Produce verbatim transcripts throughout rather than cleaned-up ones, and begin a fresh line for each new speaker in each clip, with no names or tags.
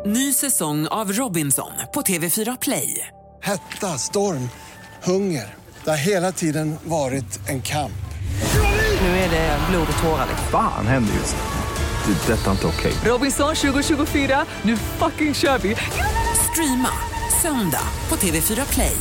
Ny säsong av Robinson på T V fyra Play.
Hetta, storm, hunger. Det har hela tiden varit en kamp.
Nu är det blod och tårar.
Fan händer just det. Det är detta inte okej.
Robinson tjugo tjugofyra, nu fucking kör vi. Streama söndag på T V fyra Play.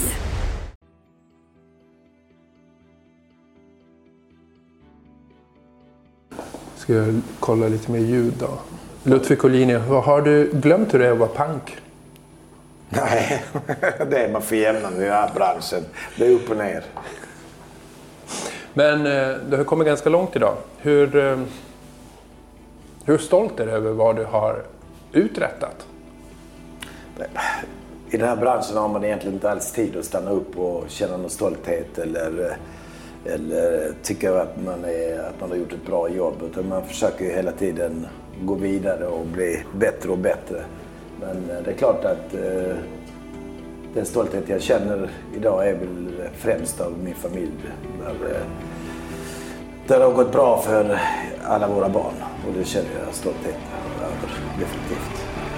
Ska jag kolla lite mer ljud då. Ludvig Collini, har du glömt hur det är att vara punk?
Nej, det är man för jämnan i den här branschen. Det är upp och ner.
Men eh, du har kommit ganska långt idag. Hur, eh, hur stolt är du över vad du har uträttat?
I den här branschen har man egentligen inte alls tid att stanna upp och känna någon stolthet eller, eller tycka att man, är, att man har gjort ett bra jobb. Utan man försöker ju hela tiden gå vidare och bli bättre och bättre. Men det är klart att eh, den stolthet jag känner idag är väl främst av min familj. Där, eh, där det har gått bra för alla våra barn och det känner jag stolthet över, definitivt.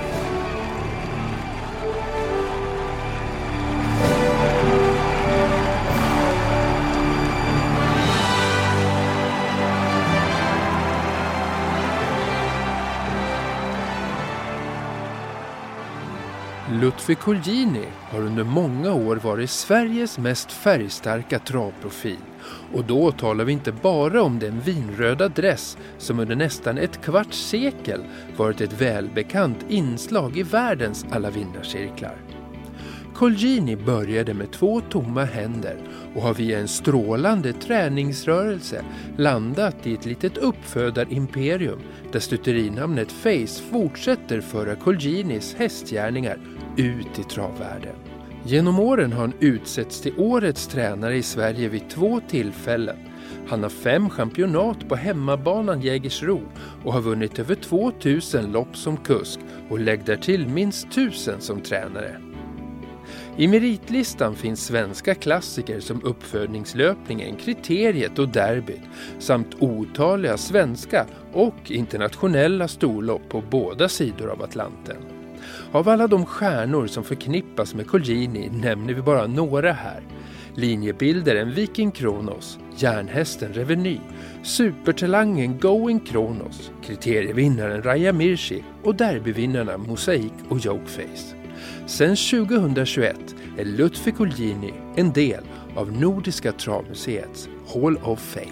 Ludvig Collini har under många år varit Sveriges mest färgstarka travprofil. Och då talar vi inte bara om den vinröda dress som under nästan ett kvarts sekel varit ett välbekant inslag i världens alla vinnarcirklar. Collini började med två tomma händer och har via en strålande träningsrörelse landat i ett litet uppfödarimperium där stuterinamnet Face fortsätter föra Collinis hästgärningar ut i travvärlden. Genom åren har han utsetts till årets tränare i Sverige vid två tillfällen. Han har fem championat på hemmabanan Jägersro och har vunnit över tvåtusen lopp som kusk och lägger till minst tusen som tränare. I meritlistan finns svenska klassiker som uppfödningslöpningen, kriteriet och derbyt samt otaliga svenska och internationella storlopp på båda sidor av Atlanten. Av alla de stjärnor som förknippas med Collini nämner vi bara några här. Linjebildaren Viking Kronos, järnhästen Reveny, supertalangen Going Kronos, kriterievinnaren Raja Mirchi och derbyvinnarna Mosaik och Jokeface. Sen tjugohundratjugoett är Ludvig Collini en del av Nordiska travmuseets Hall of Fame.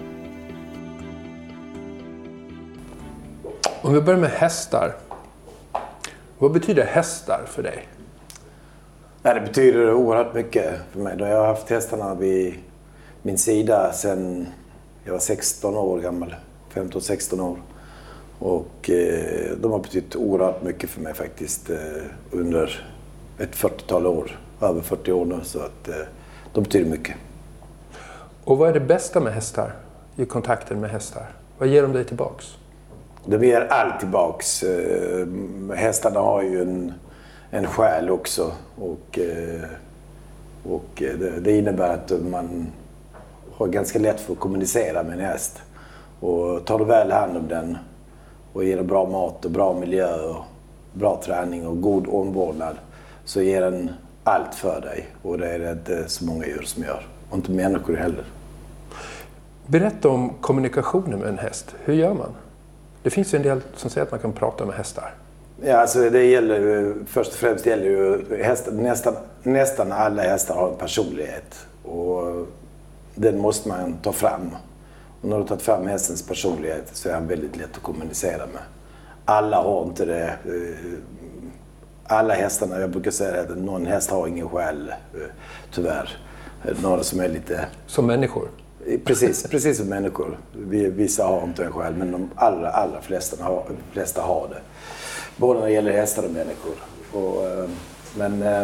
Om vi börjar med hästar. Vad betyder hästar för dig?
Ja, det betyder oerhört mycket för mig. Jag har haft hästarna vid min sida sedan jag var sexton år gammal. femton sexton år. Och eh, de har betytt oerhört mycket för mig faktiskt eh, under ett fyrtiotal år. Över fyrtio år nu, så att eh, de betyder mycket.
Och vad är det bästa med hästar i kontakten med hästar? Vad ger de dig tillbaks?
De ger allt tillbaks. Eh, hästarna har ju en, en själ också. Och, eh, och det, det innebär att man har ganska lätt för att kommunicera med en häst. Och tar du väl hand om den och ger den bra mat och bra miljö och bra träning och god omvårdnad, så ger den allt för dig. Och det är det inte så många djur som gör. Och inte människor heller.
Berätta om kommunikationen med en häst. Hur gör man? Det finns ju en del som säger att man kan prata med hästar.
Ja, alltså det gäller först och främst gäller ju hästar, nästan, nästan alla hästar har en personlighet. Och den måste man ta fram. Och när du tagit fram hästens personlighet så är han väldigt lätt att kommunicera med. Alla har inte det. Alla hästarna, jag brukar säga att någon häst har ingen själ, tyvärr. Några som är lite...
Som människor?
Precis, precis som människor. Vissa har inte en själ, men de allra, allra flesta har, flesta har det. Både när det gäller hästar och människor. Och, men äh,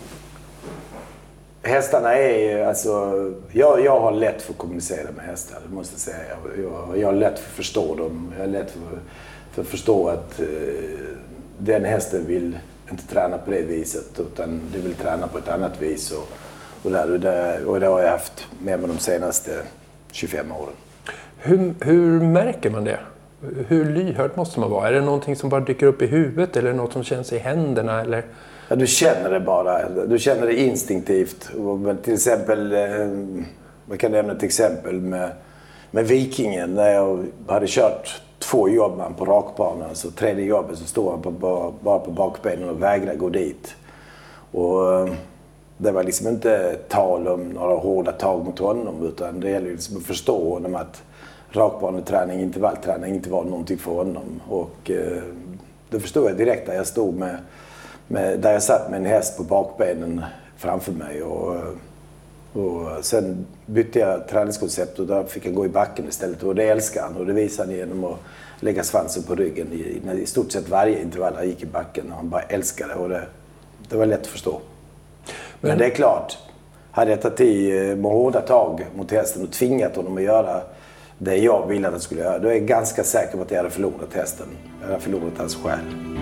hästarna är alltså... Jag, jag har lätt för att kommunicera med hästar, måste jag säga. Jag, jag har lätt för att förstå dem. Jag har lätt för, för att förstå att äh, den hästen vill inte träna på det viset, utan du vill träna på ett annat vis. Och, och, där, och, det, och det har jag haft med mig de senaste tjugofem åren.
Hur, hur märker man det? Hur lyhörd måste man vara? Är det någonting som bara dyker upp i huvudet eller något som känns i händerna? Eller?
Ja, du känner det bara. Du känner det instinktivt. Och till exempel, man kan nämna ett exempel med, med Vikingen. När jag hade kört två jobb på rakbanan. Så tredje jobbet så stod han på, bara på bakbenen och vägrade gå dit. Och det var liksom inte tal om några hårda tag mot honom. Utan det gäller liksom att förstå honom att rakbaneträning, intervallträning inte var någonting för honom. Och eh, det förstod jag direkt där jag stod med, med, där jag satt med en häst på bakbenen framför mig. Och, och sen bytte jag träningskoncept och där fick jag gå i backen istället. Och det älskade han och det visade han genom att lägga svansen på ryggen i, i stort sett varje intervall han gick i backen. Och han bara älskade det och det, det var lätt att förstå. Men, Men det är klart, hade jag tagit i med hårda tag mot hästen och tvingat honom att göra det jag ville att han skulle göra, då är jag ganska säker på att jag hade förlorat hästen. Jag hade förlorat hans själ.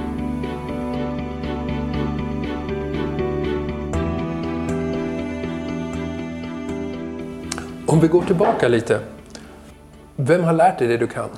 Om vi går tillbaka lite. Vem har lärt dig det du kan?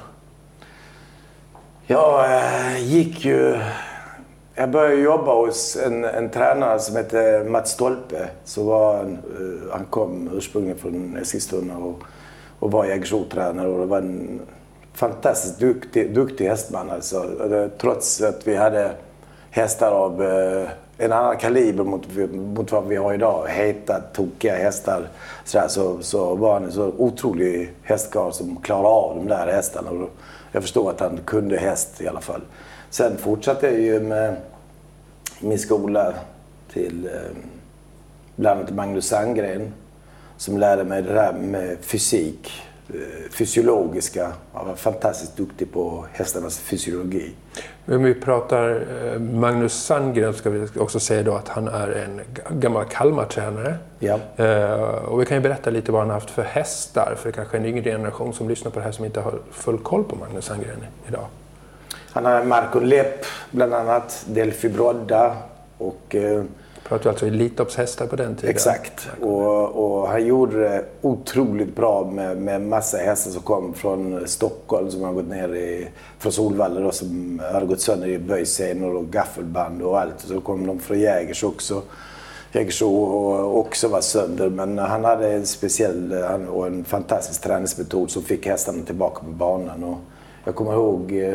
Jag äh, gick ju... Jag började jobba hos en, en tränare som hette Mats Stolpe. Så var han, uh, han kom ursprungligen från Eskilstuna och, och var Jägersro-tränare. Och det var en fantastiskt duktig, duktig hästman. Alltså. Det, trots att vi hade hästar av uh, en annan kaliber mot, mot vad vi har idag. Heta, tokiga hästar. Så, där, så, så var han en så otrolig hästkarl som klarade av de där hästarna. Och jag förstod att han kunde häst i alla fall. Sen fortsatte jag ju med min skola till eh, bland annat Magnus Sandgren som lärde mig det där med fysik, eh, fysiologiska. Jag var fantastiskt duktig på hästarnas fysiologi.
Om vi pratar eh, Magnus Sandgren ska vi också säga då att han är en gammal Kalmar-tränare.
Ja.
Eh, och vi kan ju berätta lite vad han har haft för hästar för kanske en yngre generation som lyssnar på det här som inte har full koll på Magnus Sandgren idag.
Han har Marco Lepp, bland annat Delphi Brodda och... Eh,
Pratade alltså elitloppshästar på den tiden?
Exakt. Och, och han gjorde det otroligt bra med, med massa hästar som kom från Stockholm som har gått ner i... Från Solvalla då, som har gått sönder i böjscenor och gaffelband och allt. Så kom de från Jägers också. Jägersro och också var sönder. Men han hade en speciell och en fantastisk träningsmetod som fick hästarna tillbaka på banan. Och jag kommer ihåg...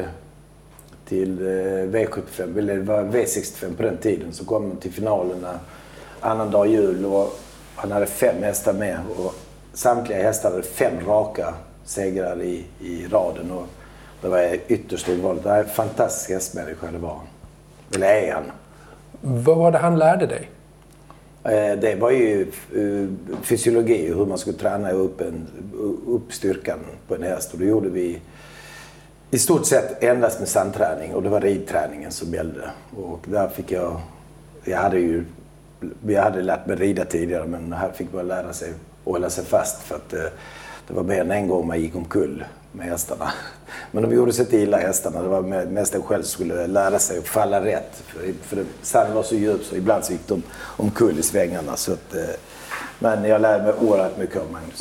till V sjuttiofem, eller det var V sextiofem på den tiden, så kom han till finalerna annandag jul och han hade fem hästar med och samtliga hästar hade fem raka segrar i, i raden och det var ytterst ovanligt. Det var en fantastisk hästmänniska det var. Eller är han.
Vad var det han lärde dig?
Det var ju fysiologi, hur man skulle träna upp, en, upp styrkan på en häst och det gjorde vi i stort sett endast med sandträning och det var ridträningen som gällde. Och där fick jag, jag hade ju, jag hade lärt mig rida tidigare men här fick man lära sig att hålla sig fast för att det, det var mer än en gång man gick omkull med hästarna. Men de gjorde sig inte illa hästarna, det var mest en själv som skulle lära sig att falla rätt. För, för sanden var så djup så ibland så gick de omkull i svängarna. Så att, men jag lärde mig oerhört mycket av Magnus.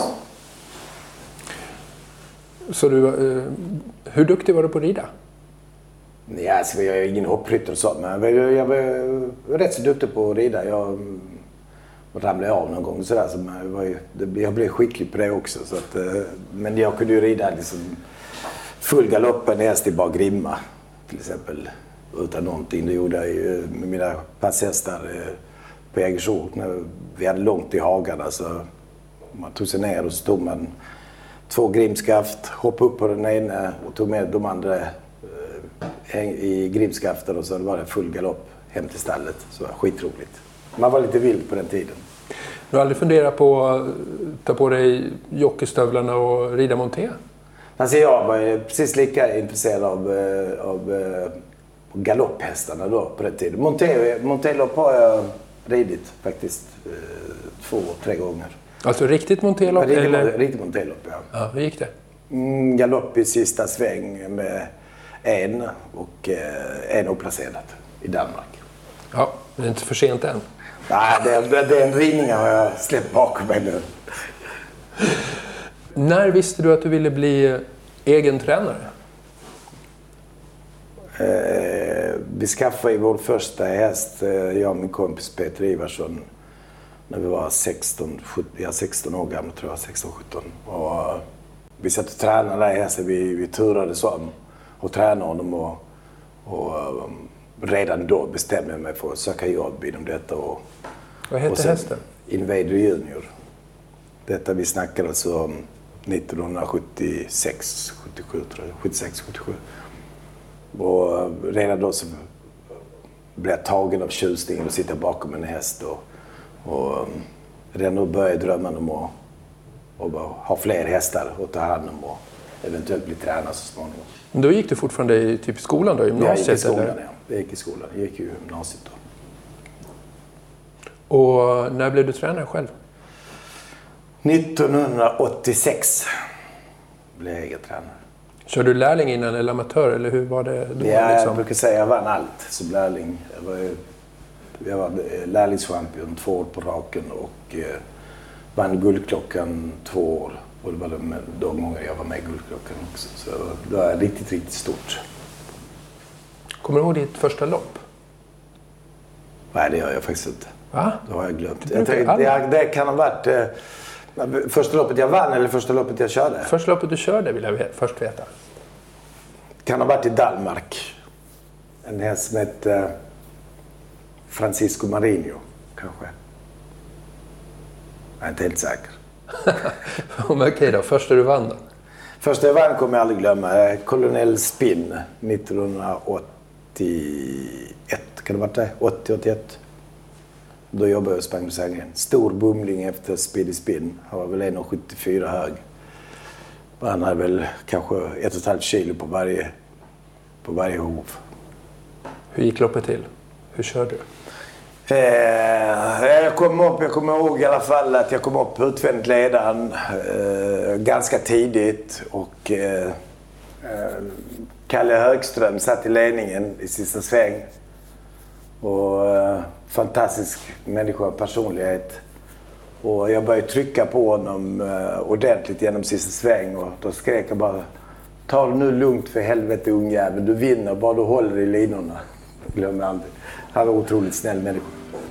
Så du, hur duktig var du på att rida?
Ja, alltså, jag är ingen hoppryttare och så, men jag, jag var rätt så duktig på att rida. Jag ramlade av någon gång sådär, så jag, var ju, jag blev skicklig på det också. Så att, men jag kunde ju rida liksom full galopp en häst i bara grimma till exempel utan någonting. Det gjorde jag ju med mina passhästar på Jägersro när vi hade långt i hagarna. Så man tog sig ner och så tog man två grimskaft, hoppade upp på den ena och tog med de andra eh, i grimskaften och så var det full galopp hem till stallet. Så det var skitroligt. Man var lite vild på den tiden.
Du har aldrig funderat på att ta på dig jockeystövlarna och rida monté?
Alltså jag var precis lika intresserad av, av galopphästarna då på den tiden. Monté, montélopp har jag ridit faktiskt två, tre gånger.
Alltså riktigt montélopp?
Ja,
eller?
Riktigt montélopp, ja.
Ja, hur gick det?
Mm, galopp i sista sväng med en och eh, en oplacerad i Danmark.
Ja, det är inte för sent än.
Nej, det, det, det är en ridning har jag släppt bakom mig nu.
När visste du att du ville bli egen tränare?
Eh, vi skaffade vår första häst, eh, jag och min kompis Peter Ivarsson, när vi var sexton, sjutton, ja, sexton år gamla tror jag, sexton sjutton. Och, uh, vi satt och tränade den här hästen, vi, vi turades om och tränade honom och, och uh, redan då bestämde jag mig för att söka jobb inom detta. Och,
vad heter
och sen,
hästen?
Invader Junior. Detta vi snackade alltså om nittonhundrasjuttiosex, sjuttiosju tror jag, sjuttiosex, sjuttiosju. Och redan då så blev jag tagen av tjusningen och sitta bakom en häst. Och, och redan då började jag drömma om att och ha fler hästar att ta hand om och eventuellt bli tränad så småningom.
Men då gick du fortfarande i typ skolan då, gymnasiet?
Jag gick i skolan,
eller?
ja. Jag gick i skolan. Jag gick i gymnasiet då.
Och när blev du tränare själv?
nittonhundraåttiosex blev jag egen tränare.
Körde du lärling innan eller amatör eller hur var det då?
Ja,
liksom?
jag brukar säga att jag vann allt som lärling. Jag var, jag var lärlingschampion två år på raken och eh, vann Guldklockan två år. Och det var de, de gånger jag var med i Guldklockan också. Så det var riktigt, riktigt stort.
Kommer du ihåg ditt första lopp?
Nej, det gör jag faktiskt inte.
Va?
Det har jag glömt.
Det
Jag tänkte, det, det kan ha varit eh, första loppet jag vann eller första loppet jag körde.
Första loppet du körde vill jag först veta.
Kan ha varit i Danmark. En häst som hette eh, Francisco Marinho, kanske. Jag är inte helt säker.
Men okej då, första du vann då?
Första jag vann kommer jag aldrig glömma. Colonel Spin, nittonhundraåttioett. Kan det ha varit det? åttio åttioett. Då jobbade jag och sprang med Sandgren. Stor bumling efter Speedy Spin. Han var väl en komma sjuttiofyra hög. Och han hade väl kanske ett och ett halvt kilo på varje, på varje hov.
Hur gick loppet till? Hur körde du?
Eh, jag kom upp, jag kommer ihåg i alla fall att jag kom upp utvändigt ledaren eh, ganska tidigt och eh, Kalle Högström satt i ledningen i sista sväng. Och eh, fantastisk människa och personlighet. Och jag började trycka på honom eh, ordentligt genom sista sväng och då skrek jag bara: ta det nu lugnt för helvete ungjävel, du vinner bara du håller i linorna. Glömmer aldrig. Han var otroligt snäll människa.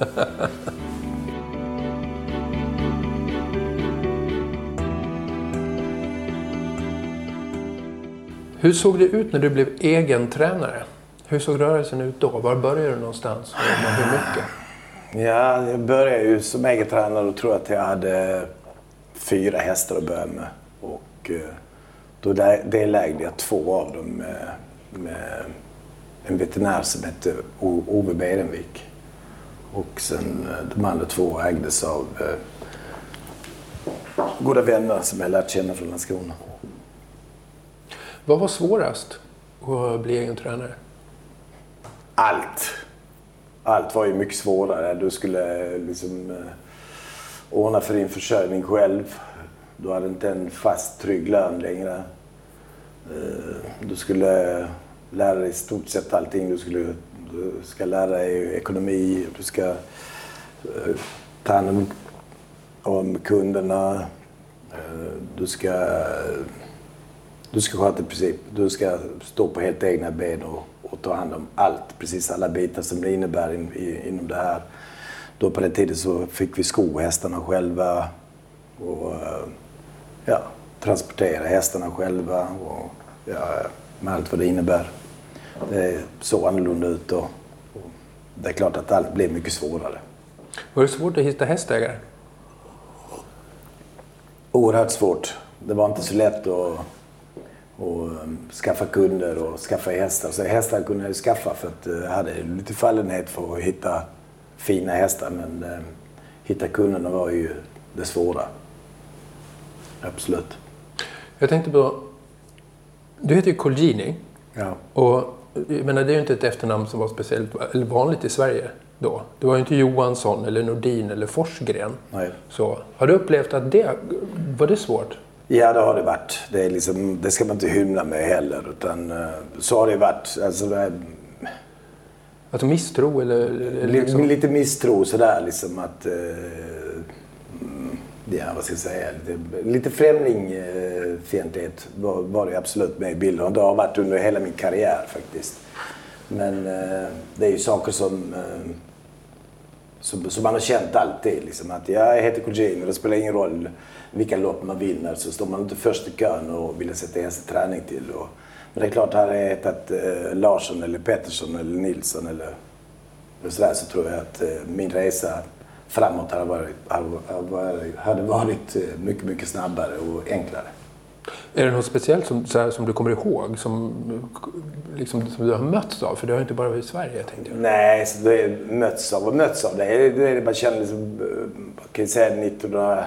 Hur såg det ut när du blev egen tränare? Hur såg rörelsen ut då? Var började du någonstans? Och hur mycket?
Ja, jag började ju som egen tränare och tror att jag hade fyra hästar att börja med. Och då delägde jag två av dem med, med en veterinär som hette Ove Berenvik. Och sen de andra två ägdes av eh, goda vänner som jag lärt känna från Landskrona.
Vad var svårast att bli egen tränare?
Allt. Allt var ju mycket svårare. Du skulle liksom eh, ordna för din försörjning själv. Du hade inte en fast trygg lön längre. Eh, du skulle lära dig i stort sett allting. Du, skulle, du ska lära dig ekonomi, du ska eh, ta hand om, om kunderna. Eh, du ska, du ska sköta i princip. Du ska stå på helt egna ben och, och ta hand om allt. Precis alla bitar som det innebär in, i, inom det här. Då på den tiden så fick vi sko hästarna själva och ja, transportera hästarna själva och ja, med allt vad det innebär. Det såg annorlunda ut och, och det är klart att allt blev mycket svårare.
Var det svårt att hitta hästägare?
Oerhört svårt. Det var inte så lätt att, att skaffa kunder och skaffa hästar. Så hästar kunde jag skaffa för att jag hade lite fallenhet för att hitta fina hästar. Men eh, hitta kunderna var ju det svåra. Absolut.
Jag tänkte på, du heter ju Colgjini.
Ja.
Och jag menar, det är ju inte ett efternamn som var speciellt eller vanligt i Sverige då. Det var ju inte Johansson eller Nordin eller Forsgren.
Nej.
Så, har du upplevt att det var det svårt?
Ja, det har det varit. Det, är liksom, det ska man inte hymla med heller. Utan, så har det varit. Alltså, det är,
alltså misstro eller... eller liksom...
Lite misstro sådär liksom att... Eh, ja, vad ska jag säga, lite, lite främlingfientlighet var, var det absolut med i bilden. Och det har varit under hela min karriär faktiskt. Men eh, det är ju saker som, eh, som, som man har känt alltid. Liksom, att jag heter Colgjini, det spelar ingen roll vilka lopp man vinner, så står man inte först i kön och vill sätta en sig träning till. Och, men det är klart, hade jag hetat eh, Larsson eller Pettersson eller Nilsson eller, eller sådär, så tror jag att eh, min resa framåt hade varit, hade varit mycket, mycket snabbare och enklare.
Är det något speciellt som, så här, som du kommer ihåg, som, liksom, som du har mötts av? För det har inte bara varit i Sverige, tänkte jag.
Nej, så det är mötts av och mötts av. Det är det, är det man känner, liksom, kan jag säga, nittonhundra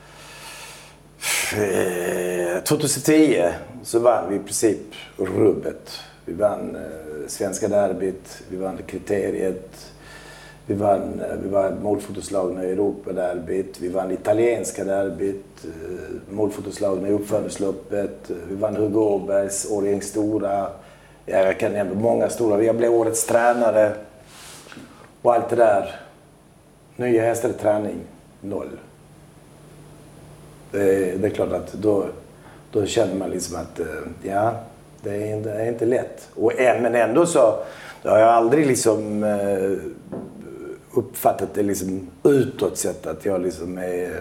tjugohundratio så vann vi i princip rubbet. Vi vann eh, svenska derbyt, vi vann kriteriet. Vi vann, vi vann målfotoslagna i Europa-derbyt, vi vann italienska derbyt, målfotoslagna i uppförandeloppet, vi vann Hugo Åbergs, Årjängs stora, jag kan nämna många stora, jag blev årets tränare och allt det där. Nya hästar i träning, noll. Det är, det är klart att då, då känner man liksom att ja, det är inte, det är inte lätt. Och, men ändå så har jag aldrig liksom uppfattat det liksom utåt sett att jag liksom är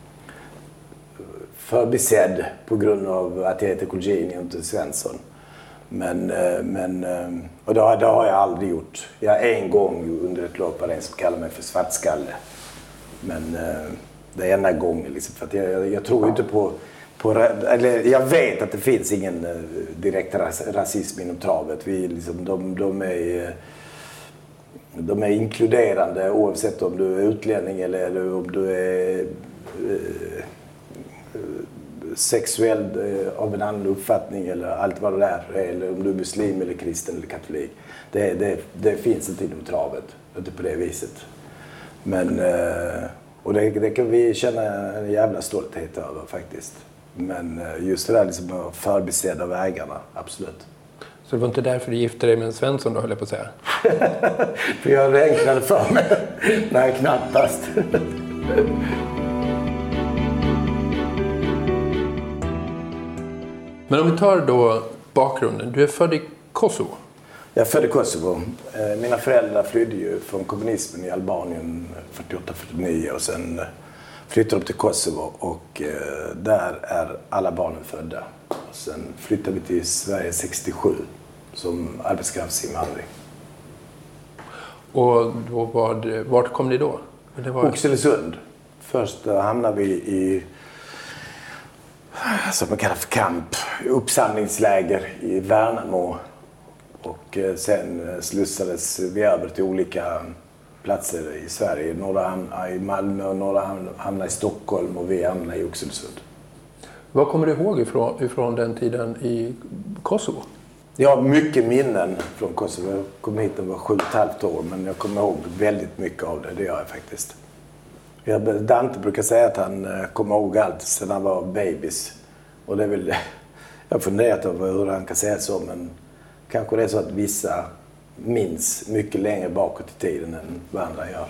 förbisedd på grund av att jag heter Colgjini och inte Svensson. Men, men och det har, det har jag aldrig gjort. Jag en gång under ett lopp var det en som kallade mig för svartskalle. Men det är enda gången liksom, för att jag, jag, jag tror inte på, på eller jag vet att det finns ingen direkt rasism inom travet. Vi liksom, de, de är De är inkluderande oavsett om du är utlänning eller om du är eh, sexuell eh, av en annan uppfattning eller allt vad det är. Eller om du är muslim eller kristen eller katolik. Det, det, det finns inte inom travet. Inte på det viset. Men, eh, och det, det kan vi känna en jävla stolthet över faktiskt. Men just det där liksom att förbiseda vägarna, absolut.
Så det var inte därför du gifte dig med en Svensson då, höll jag på att säga?
För jag räknade för mig. Nej, knappast.
Men om vi tar då bakgrunden. Du är född i Kosovo.
Jag är född i Kosovo. Mina föräldrar flydde ju från kommunismen i Albanien fyrtioåtta fyrtionio och sen flyttade de till Kosovo och där är alla barnen födda. Och sen flyttade vi till Sverige sextiosju som arbetskraftsinvandring.
Och då var det, vart kom ni då? Det var...
Oxelösund. Först hamnade vi i, som man kallar för kamp, uppsamlingsläger i Värnamo. Och sen slussades vi över till olika platser i Sverige. Några hamnade i Malmö och några hamnade i Stockholm och vi hamnade i Oxelösund.
Vad kommer du ihåg ifrån, ifrån den tiden i Kosovo?
Jag har mycket minnen från Kosovo. Jag kom hit när jag var sju och ett halvt år, men jag kommer ihåg väldigt mycket av det. Det gör jag faktiskt. Jag, Dante brukar säga att han kommer ihåg allt sedan han var babys. Och det är väl, jag har funderat över hur han kan säga så, men kanske det är så att vissa minns mycket längre bakåt i tiden än vad andra gör.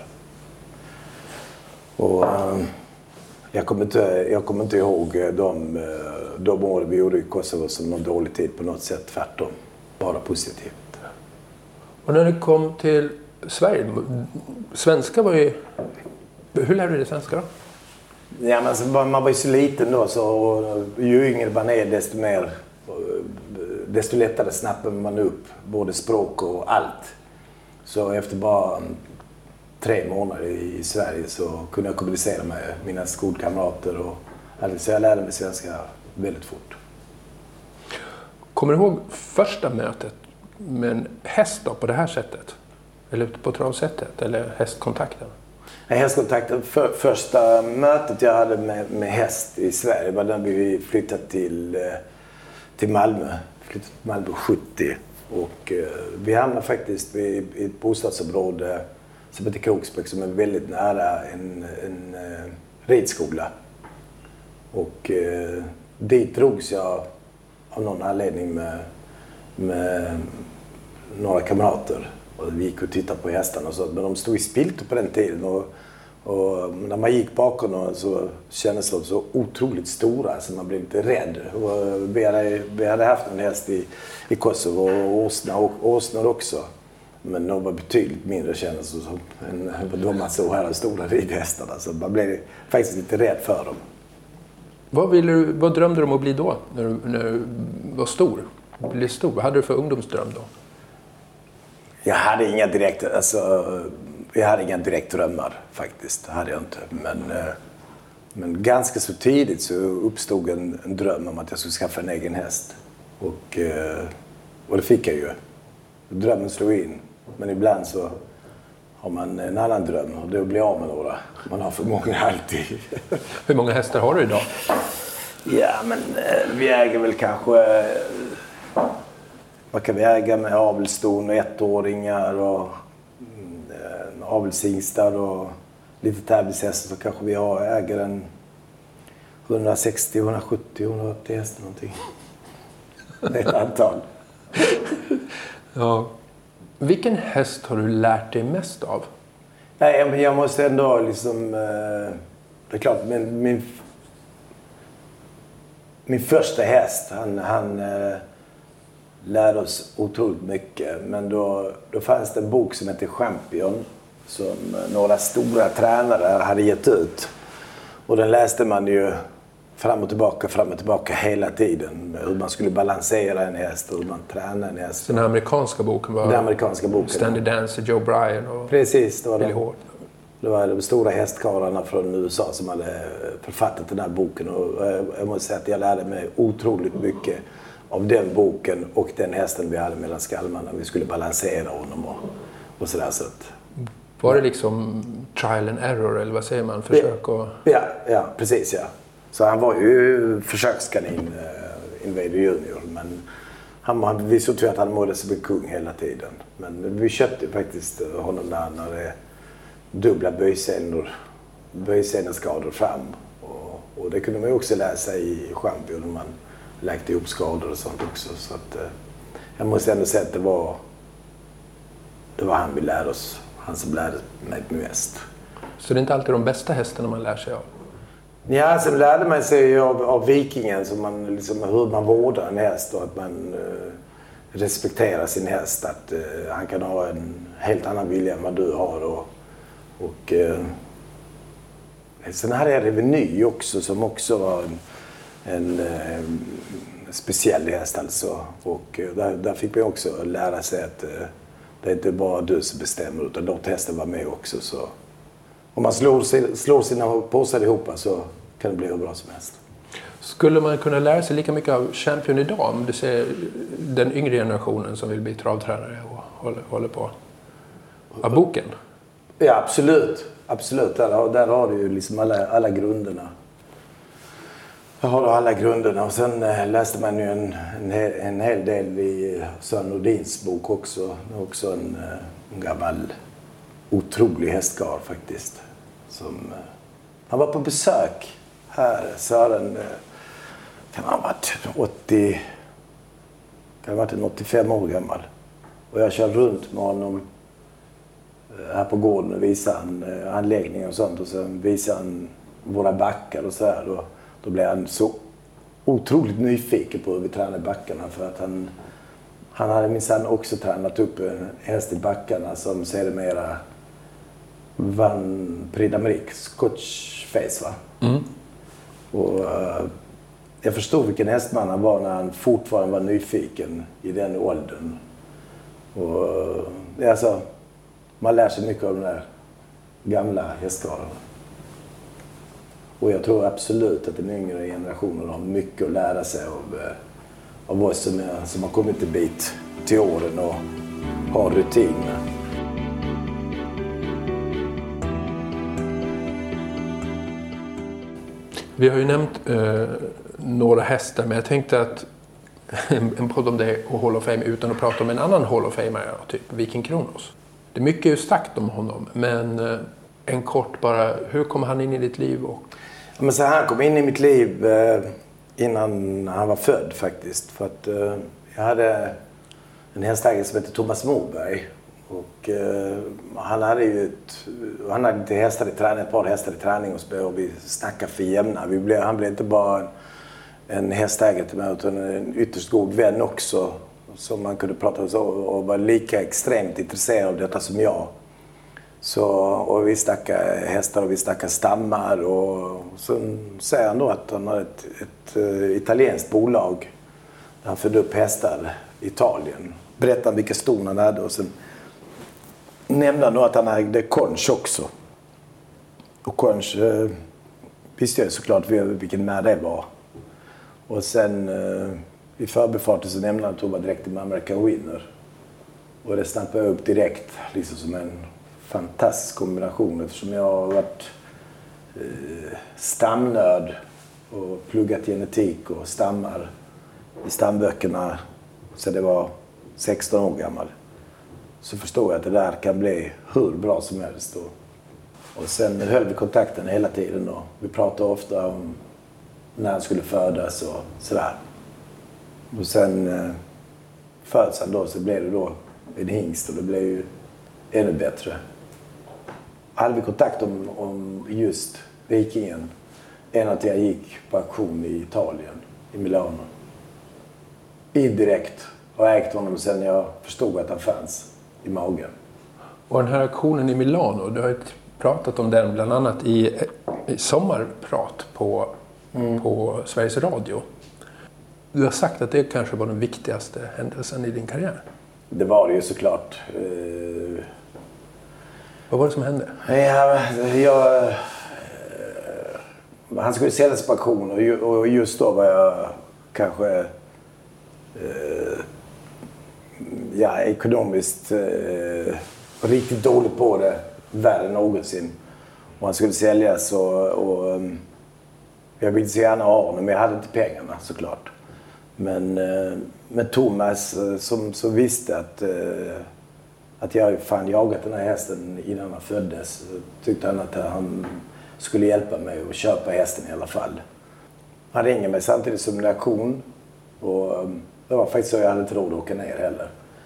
Och jag kommer inte, jag kommer inte ihåg de, de år vi gjorde i Kosovo som någon dålig tid på något sätt, tvärtom. Bara positivt.
Och när du kom till Sverige, svenska var ju... Hur lärde du dig svenska då?
Ja, men alltså, man var ju så liten då, så ju yngre man är desto mer... desto lättare snappar man upp både språk och allt. Så efter bara tre månader i Sverige så kunde jag kommunicera med mina skolkamrater. Och, så jag lärde mig svenska väldigt fort.
Kommer du ihåg första mötet med en häst då, på det här sättet? Eller på travsättet? Eller hästkontakten?
Ja, hästkontakten. För, första mötet jag hade med, med häst i Sverige var när vi flyttade till, till Malmö. Flyttade till Malmö sjuttio. Och eh, vi hamnade faktiskt i, i ett bostadsområde som heter Kroksbäck som är väldigt nära en, en eh, ridskola. Och eh, dit drogs jag av någon anledning med, med några kamrater. Och vi gick och tittade på hästarna och så, men de stod i spiltor på den tiden. Och, Och när man gick bakom dem så kändes de så otroligt stora så man blev lite rädd. Och vi, hade, vi hade haft en häst i, i Kosovo och åsna, och åsnor också. Men de var betydligt mindre kändes som än de man såg här, de stora ridhästarna. Så man blev faktiskt lite rädd för dem.
Vad, ville du, vad drömde du om att bli då när du, när du var stor? Blev stor? Vad hade du för ungdomsdröm då?
Jag hade inga direkt, alltså, jag hade inga direkt drömmar faktiskt, det hade jag inte. Men, men ganska så tidigt så uppstod en, en dröm om att jag skulle skaffa en egen häst. Och, och det fick jag ju. Drömmen slog in. Men ibland så har man en annan dröm och det är att bli av med några. Man har för många alltid.
Hur många hästar har du idag?
Ja, men vi äger väl kanske... Vad kan vi äga med avelston och ettåringar och eh, avelshingstar och lite tävlingshästar så kanske vi har, äger en hundrasextio, hundrasjuttio, hundraåttio hästar någonting. Det är ett antal.
Ja. Vilken häst har du lärt dig mest av?
Nej, men jag måste ändå liksom... Eh, det är klart, min, min, min första häst, han... han eh, lärde oss otroligt mycket. Men då, då fanns det en bok som heter Champion som några stora tränare hade gett ut. Och den läste man ju fram och tillbaka, fram och tillbaka hela tiden. Hur man skulle balansera en häst och hur man tränar en häst.
Den amerikanska boken var...
Den amerikanska boken.
Stanley Dancer, Joe Bryan och...
Precis, det var
Billy
de,
Hort.
det var de stora hästkarlarna från U S A som hade författat den här boken. Och jag måste säga att jag lärde mig otroligt mycket av den boken och den hästen vi hade mellan skalmarna. Vi skulle balansera honom och, och sådär. Så att,
var det liksom trial and error eller vad säger man? Försök och...
Ja, ja, precis ja. Så han var ju försökskanin, uh, Invader Junior. Men han, han, vi såg att han mådde som en kung hela tiden. Men vi köpte faktiskt honom när han hade dubbla böjsenor, böjseneskador fram. Och, och det kunde man ju också läsa i Champion. Man läkte ihop skador och sånt också. Så att, eh, jag måste ändå säga att det var, det var han vi lärde oss. Han som lärde mig mest.
Så det är inte alltid de bästa hästarna man lär sig av?
Ja, sen lärde man sig av, av vikingen som man, liksom, hur man vårdar en häst och att man eh, respekterar sin häst. Att eh, han kan ha en helt annan vilja än vad du har. Och, och, eh, sen hade jag Reveny också som också var en en eh, speciell häst alltså. Och eh, där, där fick man också lära sig att eh, det är inte bara du som bestämmer utan låt hästen vara med också. Så om man slår, slår sina påsar ihop så kan det bli hur bra som helst.
Skulle man kunna lära sig lika mycket av Champion idag om du ser den yngre generationen som vill bli travtränare och håller, håller på av boken?
Ja, absolut. Absolut. Där, där har du ju liksom alla, alla grunderna. Jag har alla grunderna och sen äh, läste man ju en, en, hel, en hel del i Sören Nordins bok också. Också en, en gammal otrolig hästkar faktiskt. Som, äh, han var på besök här, Sören. Äh, kan han ha varit åttio, kan ha varit en åttiofem år gammal. Och jag kör runt med honom äh, här på gården och visar han äh, anläggningar och sånt. Och sen visar han våra backar och så här. Och, då blev han så otroligt nyfiken på hur vi tränade backarna för att han, han hade minsann också tränat upp en häst i backarna som sedermera vann Prix d'Amérique, Scotch Face va? Mm. Och uh, jag förstod vilken hästman han var när han fortfarande var nyfiken i den åldern. Och uh, alltså, man lär sig mycket av de där gamla hästkarlarna. Och jag tror absolut att den yngre generationen har mycket att lära sig av, av oss som, är, som har kommit en bit till åren och har rutin.
Vi har ju nämnt eh, några hästar, men jag tänkte att en, en podd om det och Hall of Fame utan att prata om en annan Hall of Famer, typ Viking Kronos. Det är mycket sagt om honom, men eh, en kort bara, hur kom han in i ditt liv? Och...
Ja, men så han kom in i mitt liv eh, innan han var född faktiskt. För att eh, jag hade en hästägare som heter Thomas Moberg. Och eh, han hade ju ett han hade lite hästar i träning, ett par hästar i träning och, och vi snackade för jämna. Vi blev, han blev inte bara en, en hästägare till mig utan en ytterst god vän också. Som man kunde prata med och var lika extremt intresserad av detta som jag. Så, och vi snackade hästar och vi snackade stammar. Och så säger han då att han har ett, ett, ett italienskt bolag där han födde upp hästar i Italien. Berättade vilka ston han hade och sen nämnde han då att han hade konch också. Och konch eh, visste jag såklart vilken med det var. Och sen eh, i förbifarten så nämnde han att han var direkt med American Winner. Och det snappade jag upp direkt liksom som en fantastisk kombination eftersom jag har varit eh, stamnörd och pluggat genetik och stammar i stamböckerna så det var sexton år gammal. Så förstår jag att det där kan bli hur bra som helst. Och, och sen höll vi kontakten hela tiden och vi pratade ofta om när han skulle födas och sådär. Och sen eh, föds han då så blev det då en hingst och det blev ju ännu bättre. Hade vi kontakt om, om just Vikingen än att jag gick på auktion i Italien, i Milano. Indirekt och ägt honom sen jag förstod att han fanns i magen.
Och den här auktionen i Milano, du har ju pratat om den bland annat i, i sommarprat på, mm. på Sveriges Radio. Du har sagt att det kanske var den viktigaste händelsen i din karriär. Det
var det ju såklart. Uh...
Vad var det som hände?
Ja, jag... Uh... Han skulle säljas på auktion och, ju, och just då var jag kanske... Uh... Ja, ekonomiskt uh... riktigt dålig på det. Värre än någonsin. Och han skulle säljas och... och um... jag ville så gärna ha honom, men jag hade inte pengarna såklart. Men, men Thomas som, som visste att, att jag fan jagat den här hästen innan han föddes tyckte han att han skulle hjälpa mig att köpa hästen i alla fall. Han ringde mig samtidigt som en auktion och det var faktiskt så jag hade inte råd att åka ner heller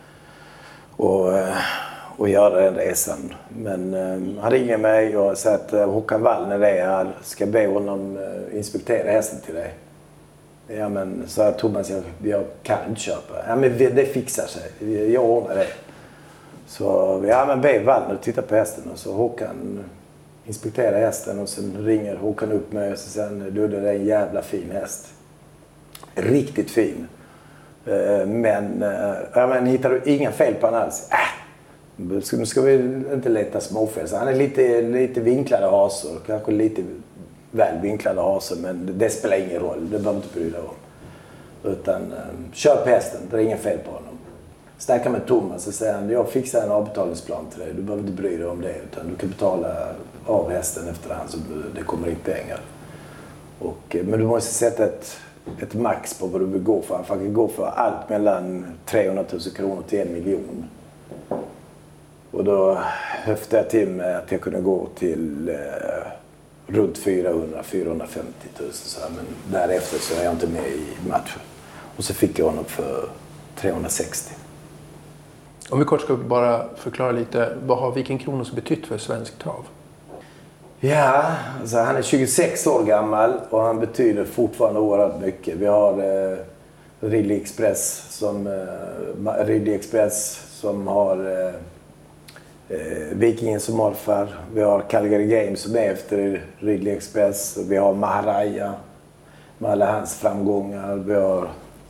och, och göra den resan. Men han ringde mig och sa att Håkan Wallner är här, ska be honom inspektera hästen till dig. Ja men så här, Thomas, jag, jag kan inte köpa. Ja men det fixar sig. Jag ordnar det. Så ja men be Wallner titta på hästen och så Håkan inspekterar hästen och sen ringer Håkan upp mig och så säger du det är en jävla fin häst. Riktigt fin. Men ja men hittar du inga fel på han alls? Äh, nu ska vi inte leta småfel. Så han är lite, lite vinklade hasor, kanske lite väl vinklade hasor, men det spelar ingen roll. Det behöver inte bry dig om. Utan um, köp hästen, det är ingen fel på honom. Snacka med Thomas och säger han, jag fixar en avbetalningsplan till dig. Du behöver inte bry dig om det, utan du kan betala av hästen efterhand så det kommer in pengar. Och, men du måste sätta ett, ett max på vad du vill gå för. Han kan gå för allt mellan trehundratusen kronor till en miljon. Och då höftade jag till mig att jag kunde gå till eh, runt fyrahundra till fyrahundrafemtio tusen. Så här, men därefter så är jag inte med i matchen. Och så fick jag honom för trehundrasextio.
Om vi kort ska bara förklara lite, vad har Viking Kronos betytt för svensk trav?
Ja, alltså han är tjugosex år gammal och han betyder fortfarande oerhört mycket. Vi har eh, Ridley Express som, eh, Ridley Express som har eh, eh, Vikingen som morfar. Vi har Calgary Games som är efter Ridley Express. Vi har Maharaja med alla hans framgångar. Vi har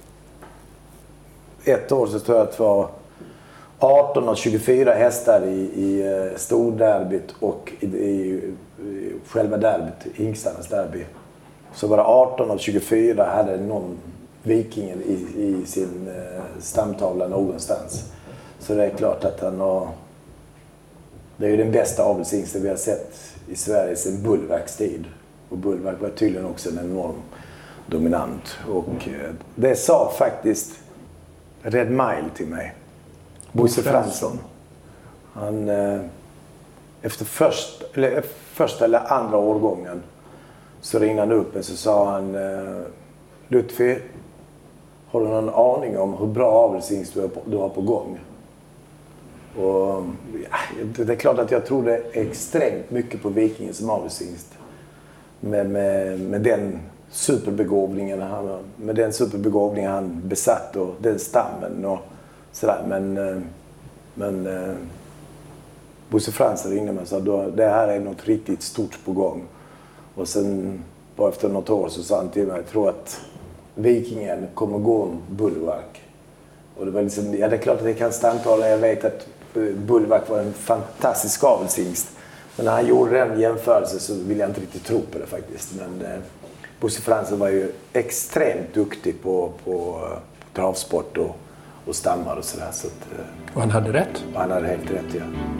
ett år så tror jag att det var arton av tjugofyra hästar i, i storderbyt och i, i, i själva derbyt, hingstarnas derby. Så var det arton av tjugofyra hade någon Vikingen i, i sin eh, stamtavla någonstans. Så det är klart att han har... Det är ju den bästa avelshingsten vi har sett i Sverige sedan Bullvax tid. Och Bullvax var tydligen också en enorm dominant. Och eh, det sa faktiskt Red Mile till mig. Bosse Fransson. Han, eh, efter först, eller, första eller andra årgången så ringde han upp och så sa han eh, Lutfi, har du någon aning om hur bra avelshingst du, du har på gång? Och ja, det är klart att jag tror det extremt mycket på Vikingen som avelshingst. Med, med, med den superbegåvningen han, med den superbegåvningen han besatt och den stammen och sådär. Men, men Bosse Fransson ringde mig och sa att det här är något riktigt stort på gång. Och sen bara efter något år så sa han till mig, jag tror att Vikingen kommer gå om Bullmark. Och det var liksom, ja, det är klart att det kan stantala. Jag vet att Bullmark var en fantastisk avelshingst. Men när han gjorde den jämförelsen så vill jag inte riktigt tro på det faktiskt. Men eh, Bosse Fransson var ju extremt duktig på, på, på travsport och, och stammar och sådär. Så att, eh,
och han hade rätt?
Och han hade helt rätt, ja.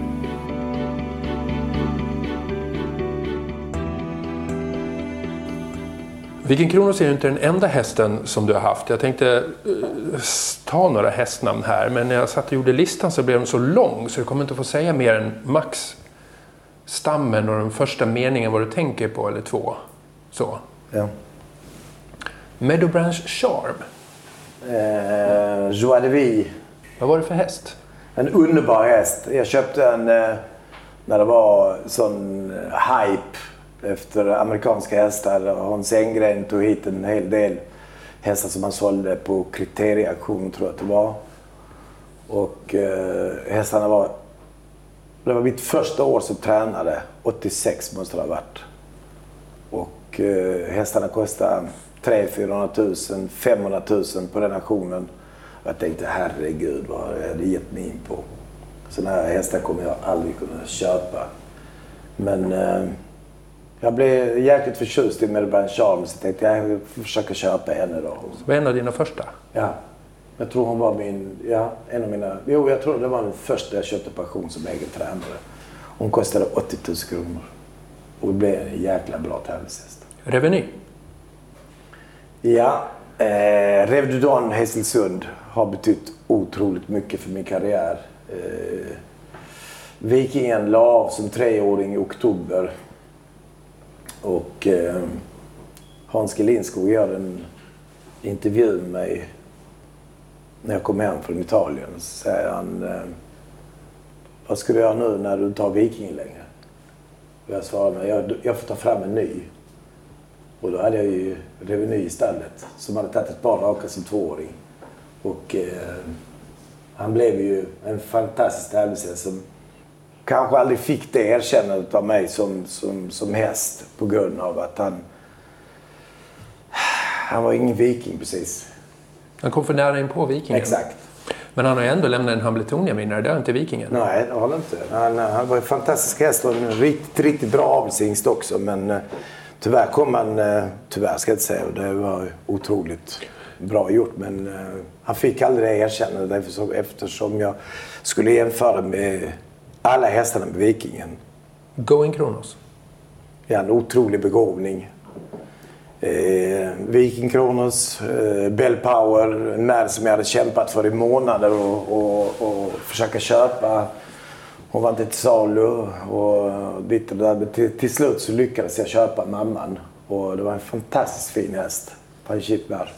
Viking Kronos är ju inte den enda hästen som du har haft. Jag tänkte uh, ta några hästnamn här, men när jag satt och gjorde listan så blev den så lång så jag kommer inte få säga mer än max stammen och den första meningen vad du tänker på, eller två. Så.
Ja.
Meadowbranch Charm.
Eh, Joie de Vie.
Vad var det för häst?
En underbar häst. Jag köpte en eh, när det var sån hype efter amerikanska hästar. Hans Enggren tog hit en hel del hästar som han sålde på kriterieauktion, tror jag att det var. Och eh, hästarna var... Det var mitt första år som tränare. åttiosex måste det ha varit. Och eh, hästarna kostade tre hundra till fyrahundra tusen, femhundra tusen på den auktionen. Jag tänkte, herregud, vad har jag gett mig in på? Sådana här hästar kommer jag aldrig kunna köpa. Men eh, jag blev jäkligt förtjust i Meadowbranch Charm, så jag tänkte jag får försöka köpa henne då.
Så var en av dina första?
Ja. Jag tror hon var min, ja, en av mina, jo jag tror det var den första jag köpte passion som egen tränare. Hon kostade åttio tusen kronor. Och det blev en jäkla bra tävlingshäst.
Reveny?
Ja, eh, Revdudon Hässelsund har betytt otroligt mycket för min karriär. Eh, Vikingen la av som treåring i oktober. Och eh, Hans Gelinskog gör en intervju med mig när jag kom hem från Italien. Så säger han, eh, vad ska du göra nu när du tar Vikingen längre? Och jag svarade, jag, jag får ta fram en ny. Och då hade jag ju Reveny i stallet som hade tagit ett par raka som tvååring. Och eh, han blev ju en fantastisk tävlingshäst som kanske aldrig fick det erkännandet av mig som, som, som häst på grund av att han han var ingen viking precis.
Han kom för nära in på Vikingen.
Exakt.
Men han har ju ändå lämnat en Hambletonian-vinnare, det är inte Vikingen.
Nej, det har han inte. Han, han var en fantastisk häst och en riktigt, riktigt bra avelshingst också. Men eh, tyvärr kom han, eh, tyvärr ska jag inte säga, det var otroligt bra gjort. Men eh, han fick aldrig det erkännandet eftersom, eftersom jag skulle jämföra med alla hästarna med Vikingen.
Going Kronos?
Ja, en otrolig begåvning. Eh, Viking Kronos, eh, Bell Power, en märk som jag hade kämpat för i månader och, och, och försöka köpa. Hon var inte till salu och ditt och där. Till, till slut så lyckades jag köpa mamman och det var en fantastiskt fin häst, Panchipmar,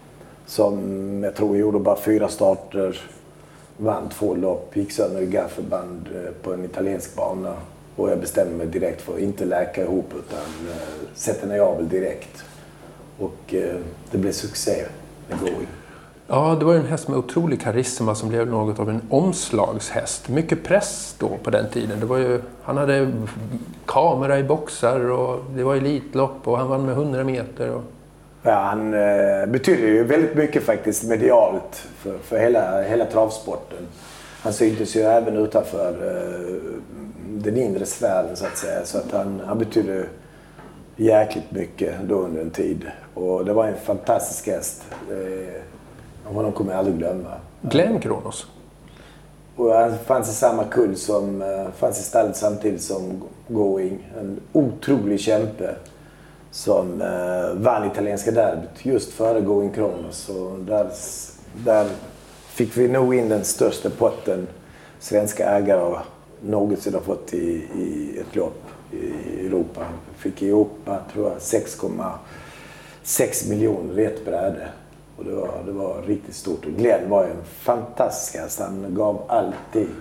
som jag tror gjorde bara fyra starter, vann två lopp, gick sönder i gaffelband på en italiensk bana. Och jag bestämde mig direkt för att inte läka ihop utan uh, sätta ner avel direkt. Och uh, det blev succé med Going.
Ja, det var en häst med otrolig karisma som blev något av en omslagshäst. Mycket press då på den tiden. Det var ju, han hade kamera i boxar och det var elitlopp och han vann med hundra meter. Och...
Ja, han uh, betyder ju väldigt mycket faktiskt medialt för, för hela, hela travsporten. Han syntes ju även utanför uh, den inre sfären så att säga. Så att han, han betyder jäkligt mycket då under en tid. Och det var en fantastisk häst. Eh, honom kommer jag aldrig glömma.
Glenn Kronos?
Och han fanns i samma kull som, fanns i stallet samtidigt som Going. En otrolig kämpe som eh, vann italienska derbyt just före Going Kronos. Och där, där fick vi nog in den största potten svenska ägare någonsin har fått i, i ett lopp i Europa. Fick ihop, tror jag, sex komma sex miljoner i ett bräde. Och det var, det var riktigt stort. Och Glenn var en fantastisk häst. Han gav alltid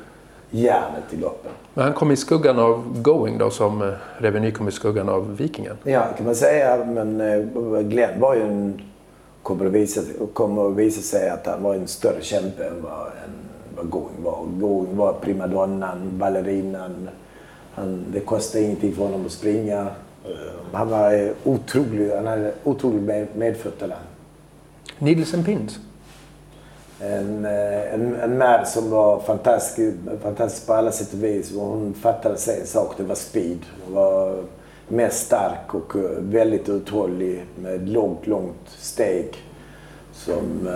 järnet i loppen.
Men han kom i skuggan av Going då, som Reveny kom i skuggan av Vikingen?
Ja, kan man säga. Men Glenn var ju en, kommer att visa, kommer att visa sig att han var en större kämpe än vad, än vad Going var. Going var primadonnan, ballerinan. Han, det kostade ingenting för honom att springa. Han var otrolig, han hade otroligt med, medfött talang.
Nielsen Pins?
En, en, en mär som var fantastisk, fantastisk på alla sätt och vis. Hon fattade sig en sak, det var speed. Hon var mest stark och väldigt uthållig med långt, långt steg. Som,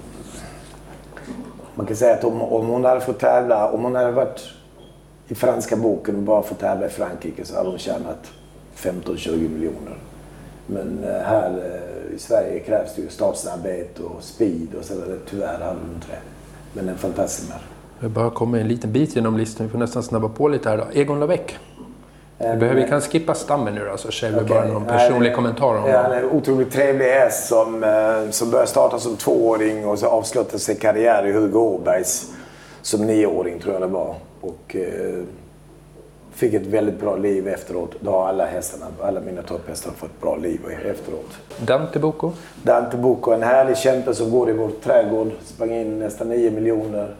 man kan säga att om, om hon hade fått tävla, om hon hade varit i franska boken och bara fått tävla i Frankrike så hade hon tjänat femton till tjugo miljoner. Men här i Sverige krävs det ju startsnabbhet och speed och så där. Tyvärr hade hon inte det. Men en fantastisk mär.
Vi bara kommer en liten bit genom listan. Vi får nästan snabba på lite här då. Egon Lavec. Vi behöver, vi kan skippa stammen nu då, så säger vi okay. bara någon personlig Nej, kommentar om
ja, han är en otroligt trevlig häst som, som började starta som tvååring och så avslutade sin karriär i Hugo Åbergs som nioåring tror jag det var. Och eh, fick ett väldigt bra liv efteråt. Då har alla hästarna, alla mina topphästar fått ett bra liv efteråt.
Dante Bocco?
Dante Bocco, en härlig kämpe som går i vår trädgård. Sprang in nästan nio miljoner.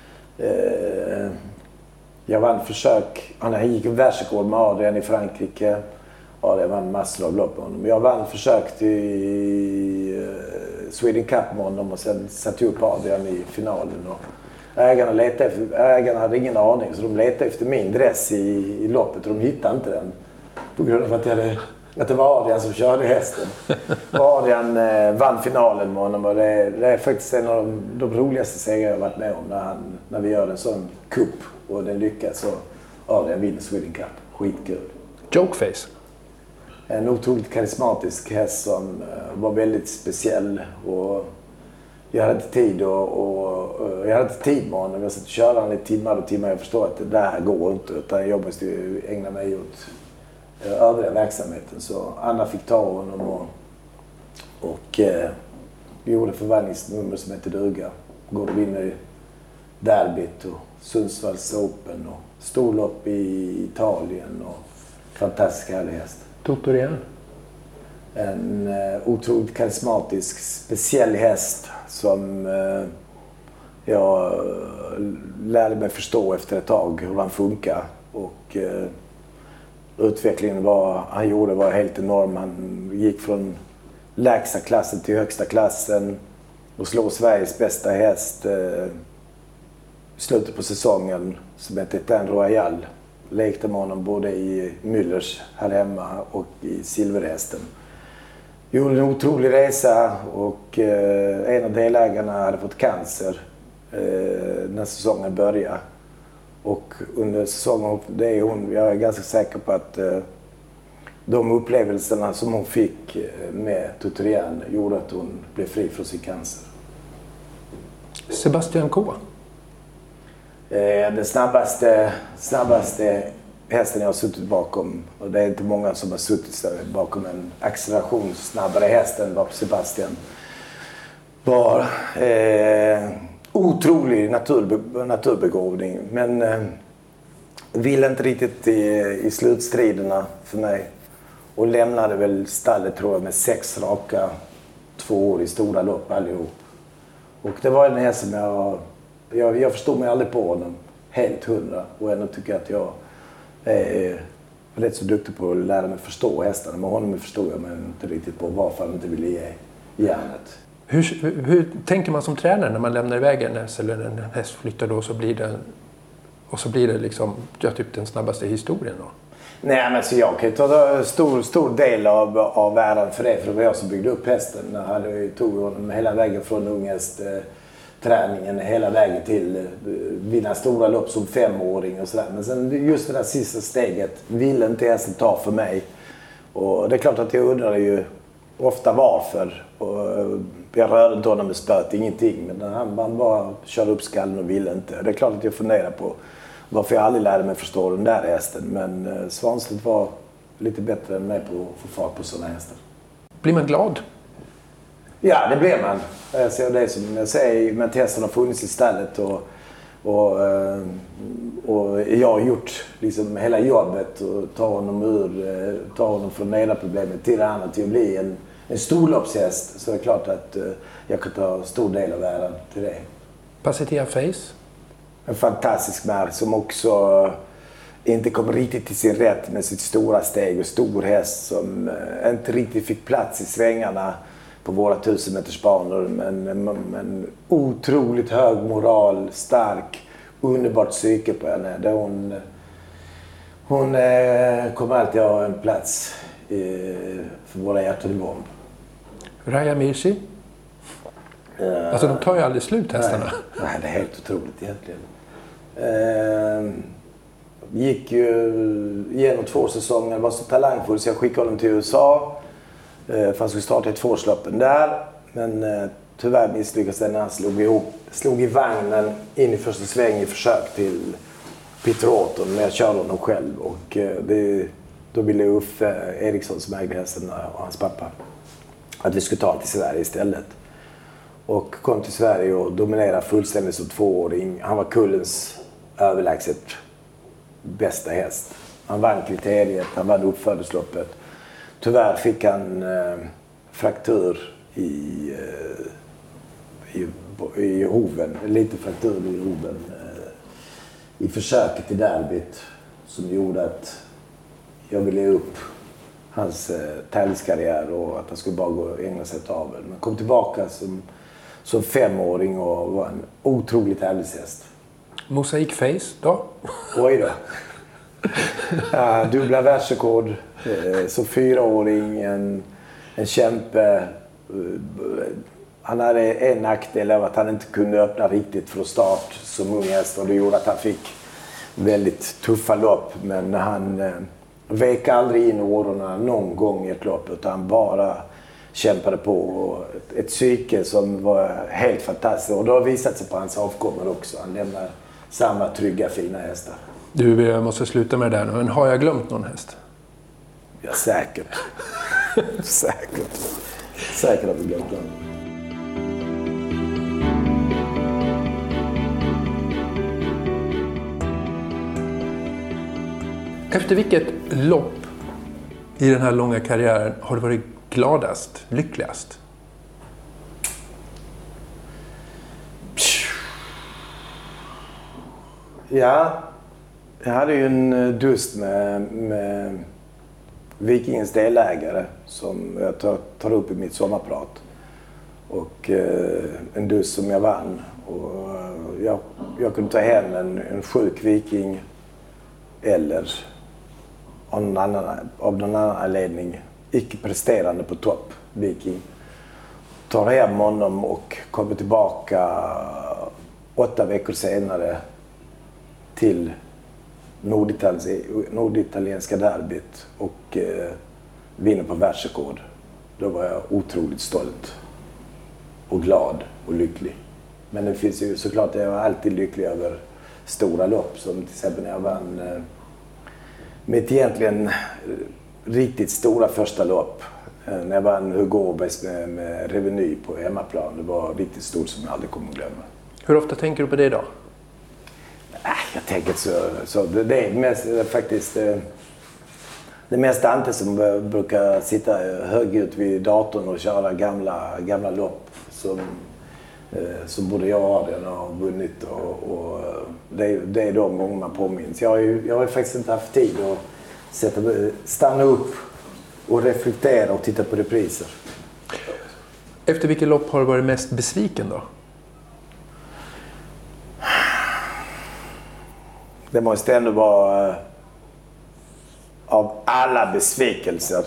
Eh, jag vann försök. Han gick en världsrekord med Adrian i Frankrike. Adrian vann massor av lopp med honom. Jag vann försök till eh, Sweden Cup med honom och sen satte jag upp Adrian i finalen. Och ägarna, letade efter, ägarna hade ingen aning så de letade efter min dress i, i loppet och de hittade inte den. På grund av att, jag hade, att det var Adrian som körde hästen. Och Adrian eh, vann finalen med honom och det, det är faktiskt en av de, de roligaste segrar jag varit med om när, han, när vi gör en sån kupp och den lyckas så Adrian vinner Sweden Cup. Skitkul.
Jokeface?
En otroligt karismatisk häst som eh, var väldigt speciell och jag hade inte tid och, och, och jag hade inte tid med honom. Jag satt och körde honom i timmar och timmar. Jag förstår att det där går inte utan jag måste ju ägna mig åt uh, övriga verksamheten. Så Anna fick ta honom och, och uh, vi gjorde förvandlingsnummer som heter Duga. Går och vinner derbyt och Sundsvalls Open och storlopp i Italien och fantastisk härlig häst.
Totorian?
En uh, otroligt karismatisk, speciell häst som uh, jag uh, lärde mig förstå efter ett tag hur han funkar. Och uh, utvecklingen var, han gjorde var helt enorm. Han gick från lägsta klassen till högsta klassen och slog Sveriges bästa häst uh, slutet på säsongen som hette Etain Royal. Lekte med honom både i Müllers här hemma och i Silverhästen. Gjorde en otrolig resa och eh, en av delägarna hade fått cancer eh, när säsongen började. Och under säsongen, det är hon, jag är ganska säker på att eh, de upplevelserna som hon fick med Totorian gjorde att hon blev fri från sin cancer.
Sebastian K.
Eh, den snabbaste, snabbaste hästen jag har suttit bakom, och det är inte många som har suttit bakom en accelerationssnabbare häst än vad Sebastian var. Eh, otrolig naturbe, naturbegåvning, men eh, ville inte riktigt i, i slutstriderna för mig och lämnade väl stallet tror jag med sex raka två år i stora lopp allihop. Och det var en häst som jag, jag, jag förstod mig aldrig på honom helt hundra och ändå tycker jag att jag är rätt så duktig på att lära mig förstå hästarna. Men honom förstod jag mig inte riktigt på varför han inte ville ge järnet.
Hur, hur, hur tänker man som tränare när man lämnar iväg en häst eller en häst flyttar då så blir det, och så blir det liksom, ja, typ den snabbaste historien då?
Nej, men så jag kan ta en stor, stor del av, av världen för det. För det var jag som byggde upp hästen. Jag hade, tog honom hela vägen från unghäst eh, träningen hela vägen till eh, vinna stora lopp som femåring och sådär. Men sen just det där sista steget ville inte hästen ta för mig. Och det är klart att jag undrar ju ofta varför. Och jag rörde inte honom med spöt, ingenting. Men han, han bara körde upp skallen och ville inte. Det är klart att jag funderar på varför jag aldrig lärde mig förstå den där hästen. Men eh, Svanstedt var lite bättre än mig på att få fart på sådana hästar.
Blir man glad?
Ja, det blir man. Jag ser det som jag säger, med att hästen har funnits i stallet och Och, och jag har gjort liksom hela jobbet och ta honom ur, ta honom från ena problemet till det andra till att bli en, en storloppshäst. Så det är klart att jag kan ta stor del av äran till det.
Pacitia Face?
En fantastisk märk som också inte kom riktigt till sin rätt med sitt stora steg och stor häst som inte riktigt fick plats i svängarna på våra tusenmetersbanor. Men, men otroligt hög moral, stark, underbart psyke på henne. Där hon hon eh, kommer alltid ha en plats i, för våra hjärtan i bomb.
Raya Mirchi? Uh, alltså de tar ju aldrig slut hästarna.
Nej, nej, det är helt otroligt egentligen. Uh, gick ju igenom två säsonger, var så talangfull så jag skickade honom till U S A. Uh, för han skulle starta ett tvåårsloppen där. Men uh, tyvärr misslyckades den när han slog, ihop, slog i vagnen in i första sväng i försök till Peter Orton. Men jag körde honom själv och uh, det, då ville Uffe Eriksson som ägde hästen och hans pappa att vi skulle ta till Sverige istället. Och kom till Sverige och dominerade fullständigt som tvååring. Han var kullens överlägset bästa häst. Han vann kriteriet, han vann uppfödelsloppet. Tyvärr fick han eh, fraktur i, eh, i, i hoven, lite fraktur i hoven eh, i försöket i derbyt som gjorde att jag ville ge upp hans eh, tävlingskarriär och att han skulle bara gå och ägna sig åt avel. Men kom tillbaka som som femåring och var en otroligt tävlingshäst.
Mosaic Face då?
Oj då. Ja, dubbla världsrekord. Eh, som fyraåring, en, en kämpe. Han hade en nackdel av att han inte kunde öppna riktigt från start som ung häst. Och det gjorde att han fick väldigt tuffa lopp. Men han eh, vek aldrig in årorna någon gång i ett lopp. Utan han bara kämpade på ett, ett psyke som var helt fantastiskt. Och det har visat sig på hans avkommor också. Han lämnar samma trygga, fina hästar.
Du, jag måste sluta med det där nu. Men har jag glömt någon häst?
Ja, säkert. säkert. Säkert har vi glömt någon.
Efter vilket lopp i den här långa karriären har du varit gladast, lyckligast?
Ja, jag hade ju en dust med, med Vikingens delägare som jag tar, tar upp i mitt sommarprat. Och eh, en dust som jag vann. Och jag, jag kunde ta hem en, en sjuk viking eller av någon annan, av någon annan anledning icke presterande på topp, viking. Tar hem honom och kommer tillbaka åtta veckor senare till norditalienska derbyt och eh, vinner på världsrekord. Då var jag otroligt stolt och glad och lycklig. Men det finns ju såklart, jag var alltid lycklig över stora lopp som till exempel när jag vann eh, mitt egentligen riktigt stora första lopp. När jag vann Hugo Åbergs med, med Reveny på hemmaplan. Det var riktigt stort som jag aldrig kommer att glömma.
Hur ofta tänker du på det idag?
Jag tänker så. så det är mest, faktiskt det mest Ante som brukar sitta högljutt vid datorn och köra gamla, gamla lopp. Som, som både jag och Adrian har vunnit. Och, och det, är, det är de gånger man påminns. Jag har ju, jag har ju faktiskt inte haft tid att sätta, stanna upp och reflektera och titta på repriser.
Efter vilket lopp har du varit mest besviken då?
Det måste ändå vara uh, av alla besvikelser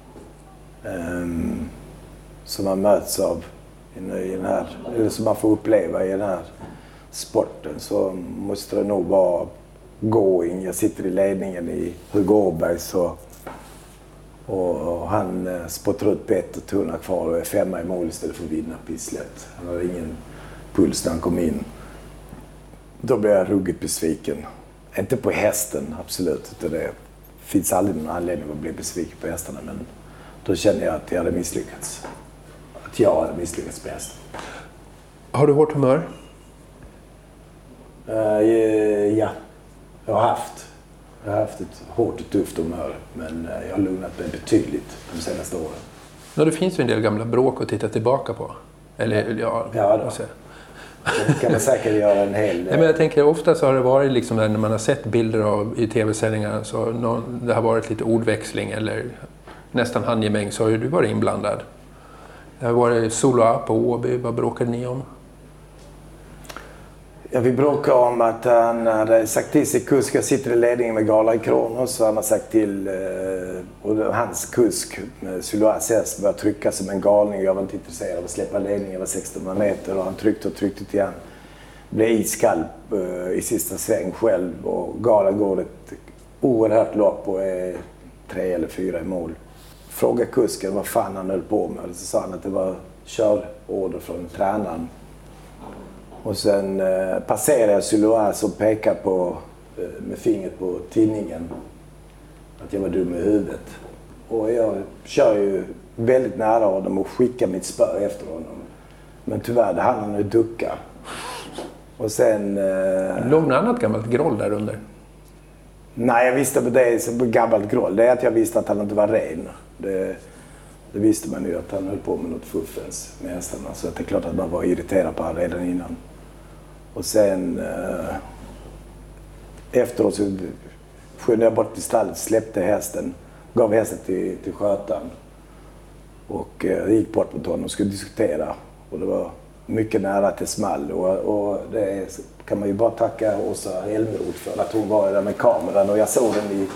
um, som man möts av i, i den här, eller som man får uppleva i den här sporten, så måste det nog vara going. Jag sitter i ledningen i Hugo Åbergs och Och han eh, spottar ut bett och tunna kvar och är femma i mål istället för att vinna pisslet. Han hade ingen puls när han kom in. Då blev jag ruggigt besviken. Inte på hästen, absolut. Det finns aldrig någon anledning att bli besviken på hästarna. Men då kände jag att jag hade misslyckats. Att jag hade misslyckats på hästen.
Har du hårt humör?
Uh, ja, jag har haft. Jag har haft ett hårt och tufft humör, men jag har lugnat mig betydligt de senaste åren.
Ja, det finns ju en del gamla bråk att titta tillbaka på. Eller, ja,
ja då. Det kan man säkert göra en hel del.
Nej, men jag tänker, ofta så har det varit liksom när man har sett bilder av i tv-sändningar så någon, det har varit lite ordväxling eller nästan handgemäng, så har ju du varit inblandad. Det har varit Solo på Åby, vad bråkade ni om?
Ja, vi bråkade om att han hade sagt till sig kusk, jag sitter i ledningen med Gala i Kronos, så han har sagt till och hans kusk med Suluas häst började trycka som en galning. Jag var inte intresserad av att släppa ledningen över sexton meter och han tryckte och tryckte till han. Blev iskall i sista sväng själv och Gala går ett oerhört lopp och är tre eller fyra i mål. Fråga kusken vad fan han höll på med, så sa han att det var körorder från tränaren. Och sen eh, passerade jag Suluas och pekade på, eh, med fingret på tidningen att jag var dum i huvudet. Och jag kör ju väldigt nära honom och skickar mitt spö efter honom. Men tyvärr, det hann han ju ducka. Och sen... Eh,
Låg något annat gammalt groll där under?
Nej, jag visste på det som gammalt groll. Det är att jag visste att han inte var ren. Det, det visste man ju att han höll på med något fuffens med hästarna. Så att det är klart att man var irriterad på honom redan innan. Och sen eh, efteråt så skönde jag bort till stallet, släppte hästen, gav hästen till, till skötaren. Och eh, gick bort mot honom och skulle diskutera. Och det var mycket nära att det small. Och, och det kan man ju bara tacka Åsa Elmeroth för att hon var där med kameran. Och jag såg den i,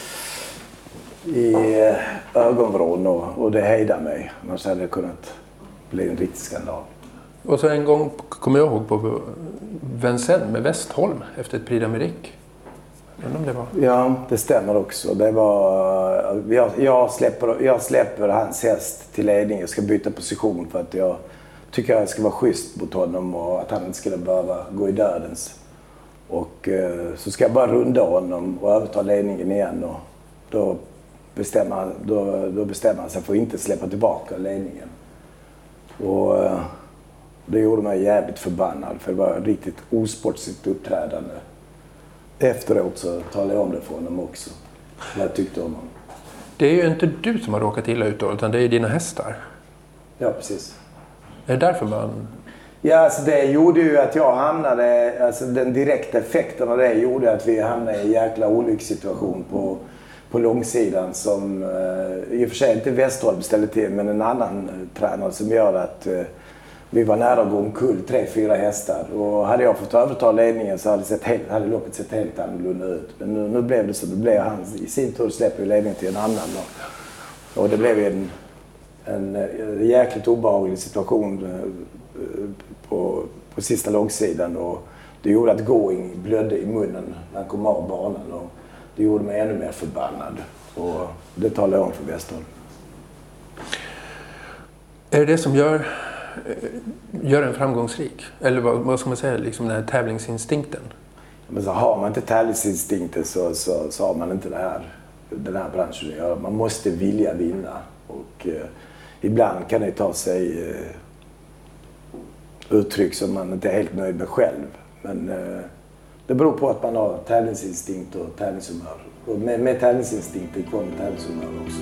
i ögonvrån och, och det hejdade mig. Annars hade det kunnat bli en riktig skandal.
Och så en gång kommer jag ihåg på Vincennes med Westholm efter ett Prix d'Amérique. Undrar om det var.
Ja, det stämmer också. Det var, jag, jag, släpper, jag släpper hans häst till ledning. Jag ska byta position för att jag tycker att jag ska vara schysst mot honom och att han inte skulle behöva gå i dödens. Och så ska jag bara runda honom och överta ledningen igen. Och då, bestämmer, då, då bestämmer han sig för att inte släppa tillbaka ledningen. Och det gjorde mig jävligt förbannad för det var ett riktigt osportsligt uppträdande. Efteråt så talade jag om det för honom också. Vad jag tyckte om honom.
Det är ju inte du som har råkat illa ut då, utan det är dina hästar.
Ja, precis.
Är det därför man...
Ja, alltså det gjorde ju att jag hamnade... Alltså den direkta effekten av det gjorde att vi hamnade i en jäkla olyckssituation på, på långsidan som eh, i och för sig inte Westholm ställde till, men en annan eh, tränare som gör att eh, vi var nära att gå omkull tre, fyra hästar. Och hade jag fått överta ledningen så hade, sett helt, hade loppet sett helt annorlunda ut. Men nu, nu blev det så. Det blev han i sin tur släpper ledningen till en annan. Då. Och det blev en, en, en jäkligt obehaglig situation på, på sista långsidan. Och det gjorde att Going blödde i munnen när han kom av banan. Och det gjorde mig ännu mer förbannad. Och det talade jag om för Westholm.
Är det det som gör... gör en framgångsrik? Eller vad, vad ska man säga, liksom den här tävlingsinstinkten?
Men så har man inte tävlingsinstinkten så, så, så har man inte det här, den här branschen att göra. Man måste vilja vinna. Och eh, ibland kan det ta sig eh, uttryck som man inte är helt nöjd med själv. Men eh, det beror på att man har tävlingsinstinkt och tävlingshumör. Och med, med tävlingsinstinkten kommer tävlingshumör också.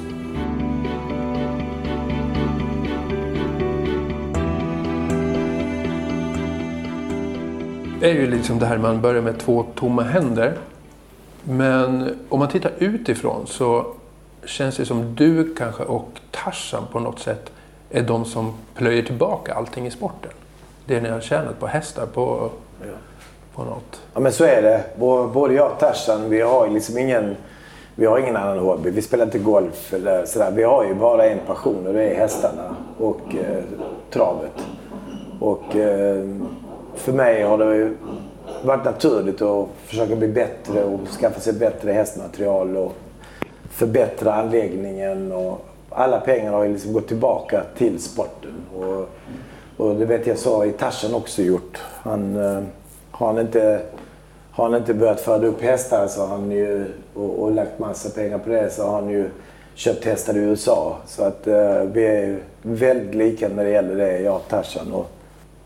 Det är ju liksom det här man börjar med två tomma händer. Men om man tittar utifrån så känns det som du kanske och Tarzan på något sätt är de som plöjer tillbaka allting i sporten. Det ni har tjänat på hästar på, ja. på något.
Ja, men så är det. Både jag och Tarzan, vi har liksom ingen, vi har ingen annan hobby. Vi spelar inte golf eller sådär. Vi har ju bara en passion och det är hästarna och eh, travet. Och... Eh, För mig har det varit naturligt att försöka bli bättre och skaffa sig bättre hästmaterial och förbättra anläggningen. Och alla pengar har liksom gått tillbaka till sporten. Och, och det vet jag så i Tarzan också gjort. Han, har, han inte, har han inte börjat föda upp hästar så har han ju, och, och lagt massa pengar på det så har han ju köpt hästar i U S A. Så att uh, vi är väldigt lika när det gäller det, jag och Tarzan. Och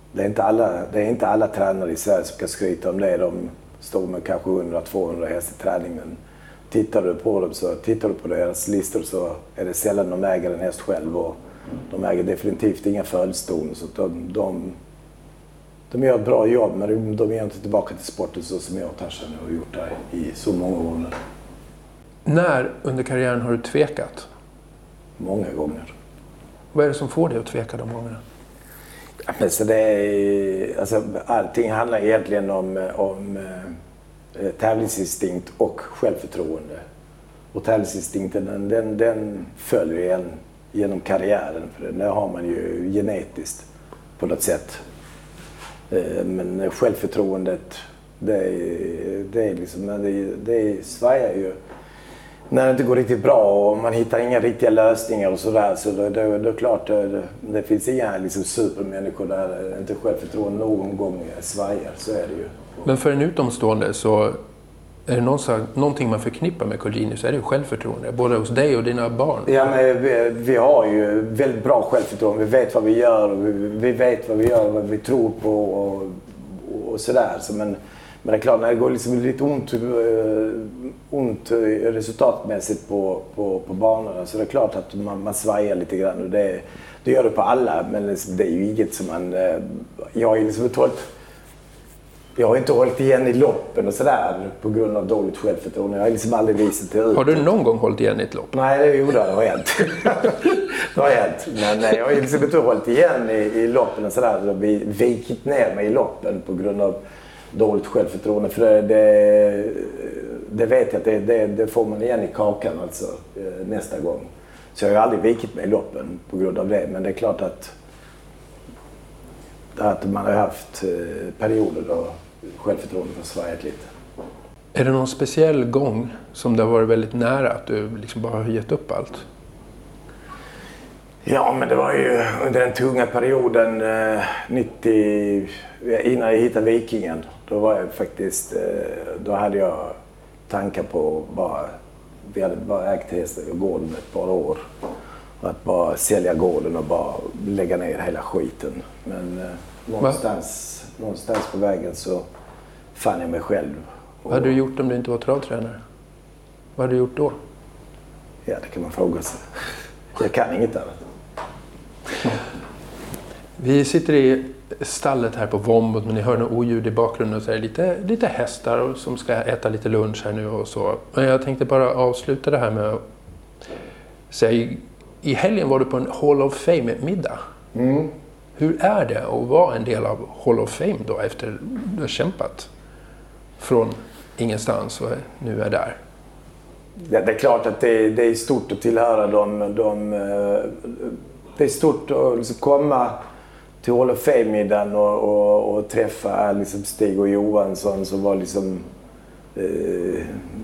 det är inte alla, det är inte alla tränare i Sverige som kan skryta om det. De står med kanske hundra till tvåhundra häst i träning. Men tittar du på dem så tittar du på deras listor så är det sällan de äger en häst själv. Och de äger definitivt inga följston. Så de, de, de gör ett bra jobb, men de, de ger inte tillbaka till sporten så som jag och Tarzan har gjort där i så många år nu.
När under karriären har du tvekat?
Många gånger.
Vad är det som får dig att tveka de gångerna?
Men så det är, alltså, allting handlar egentligen om, om eh, tävlingsinstinkt och självförtroende. Och tävlingsinstinkten den, den, den följer en genom karriären. För den har man ju genetiskt på något sätt. Eh, men självförtroendet, det är, det är liksom, det, det svajar ju. När det inte går riktigt bra och man hittar inga riktiga lösningar och sådär, så då, då, då är klart det, det finns inga liksom supermänniskor där inte självförtroende någon gång svajar, så är det ju.
Men för en utomstående så är det någonstans, någonting man förknippar med Colgjini, så är det ju självförtroende, både hos dig och dina barn.
Ja, men vi, vi har ju väldigt bra självförtroende, vi vet vad vi gör, och vi, vi vet vad vi gör, vad vi tror på och, och, och sådär. Så, men, Men det är klart, när det går liksom lite ont, ont resultatmässigt på, på, på banorna, så det är klart att man, man svajar lite grann. Och det, det gör det på alla, men det är ju inget som man... Jag har ju liksom inte hållit, jag har inte hållit igen i loppen och sådär på grund av dåligt självförtroende. Jag har liksom aldrig visat det ut.
Har du någon gång hållit igen i ett lopp?
Nej, det gjorde det har hänt. Det har hänt. Men nej, jag har liksom inte hållit igen i, i loppen och sådär. Jag har vikit ner mig i loppen på grund av dåligt självförtroende, för det, det, det vet jag att det, det, det får man igen i kakan alltså, nästa gång. Så jag har aldrig vikit mig i loppen på grund av det, men det är klart att, att man har haft perioder då självförtroende har svajat lite.
Är det någon speciell gång som det har varit väldigt nära att du liksom bara har gett upp allt?
Ja, men det var ju under den tunga perioden eh, nittio, innan jag hittade Vikingen. Då var jag faktiskt, eh, då hade jag tankar på bara, vi hade bara ägt hästen och gården ett par år. Och att bara sälja gården och bara lägga ner hela skiten. Men eh, någonstans, någonstans på vägen så fann jag mig själv.
Vad hade du gjort om du inte var travtränare? Vad hade du gjort då?
Ja, det kan man fråga sig. Jag kan inget annat.
Vi sitter i stallet här på Vombot, men ni hör något oljud i bakgrunden och så är det lite, lite hästar som ska äta lite lunch här nu och så. Men jag tänkte bara avsluta det här med att säga, i helgen var du på en Hall of Fame-middag.
Mm.
Hur är det att vara en del av Hall of Fame då efter du har kämpat från ingenstans och nu är där?
Ja, det är klart att det, det är stort att tillhöra dem. De, det är stort att liksom komma till Hall of Fame-middagen och, och, och träffa liksom Stig och Johansson som var liksom... Eh,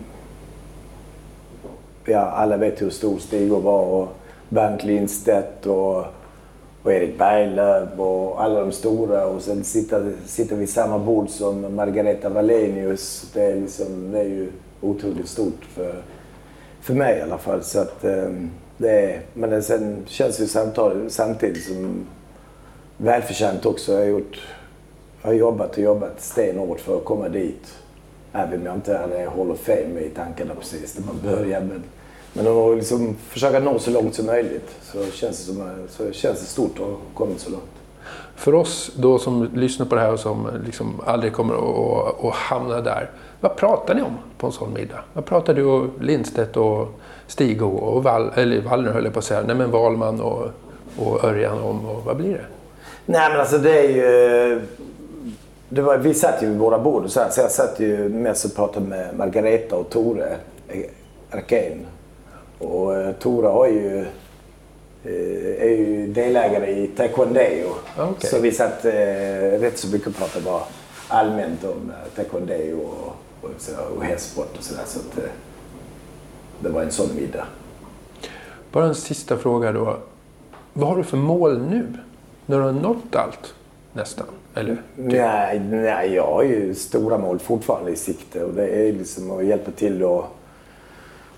ja, alla vet hur stor Stig var, och Bernt Lindstedt och, och Erik Berglöf och alla de stora. Och sen sitter, sitter vi i samma bord som Margareta Wallenius. Det är, liksom, det är ju otroligt stort för... För mig i alla fall, så att eh, det är, men det sen känns ju samtal, samtidigt som välförtjänt också. Jag har, gjort, jag har jobbat och jobbat stenhårt för att komma dit. Även om jag inte hade Hall of Fame i tankarna precis när man börjar. Men, men att liksom försöka nå så långt som möjligt, så känns det, som, så känns det stort att ha kommit så långt.
För oss då som lyssnar på det här och som liksom aldrig kommer att, att hamna där. Vad pratar ni om på en sån middag? Vad pratar du och Lindstedt och Stig och Wall, eller Wallner höll jag på att säga, nej men Wahlman och, och Örjan om, och vad blir det?
Nej men alltså det är ju, det var, vi satt ju vid våra bord och så här, så jag satt ju mest och pratade med Margareta och Tore Arkén. Och uh, Tore har ju, uh, är ju delägare i Taekwondo. Okay. Så vi satt uh, rätt så mycket och pratade bara allmänt om uh, Taekwondo och och, och hästsport och sådär, så att det, det var en sån middag.
Bara en sista fråga då. Vad har du för mål nu? När du har nått allt nästan? Eller?
Nej, nej, jag har ju stora mål fortfarande i sikte, och det är liksom att hjälpa till och,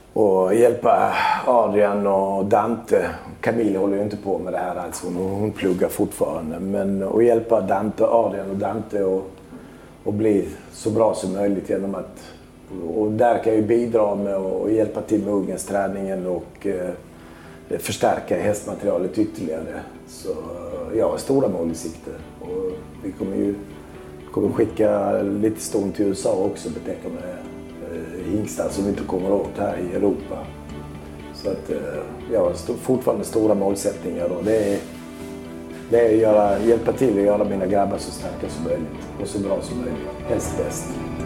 och hjälpa Adrian och Dante. Camille håller ju inte på med det här alltså, hon, hon pluggar fortfarande. Men att hjälpa Dante, Adrian och Dante och, och bli så bra som möjligt genom att... Och där kan jag ju bidra med att hjälpa till med ungensträningen och eh, förstärka hästmaterialet ytterligare. Så jag har stora mål i sikte. Och vi kommer ju kommer skicka lite ston till U S A också, betäcka med eh, hingstar som inte kommer åt här i Europa. Så att eh, jag har st- fortfarande stora målsättningar och det är, det är att göra, hjälpa till att göra mina grabbar så starka som möjligt och så bra som möjligt, helst bäst.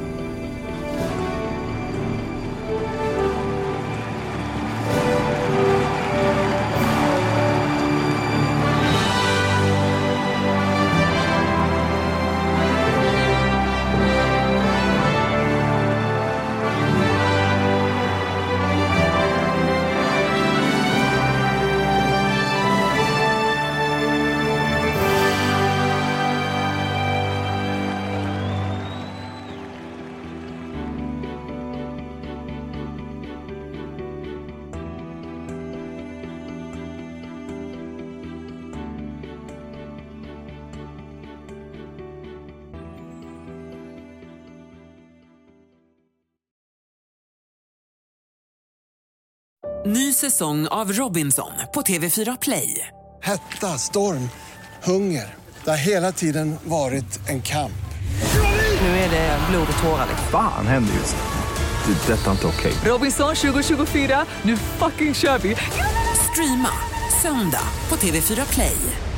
Ny säsong av Robinson på T V fyra Play.
Hetta, storm, hunger. Det har hela tiden varit en kamp.
Nu är det blod och tårar.
Fan händer just det. Det är detta inte okej.
Robinson tjugo tjugofyra, nu fucking kör vi. Streama söndag på T V fyra Play.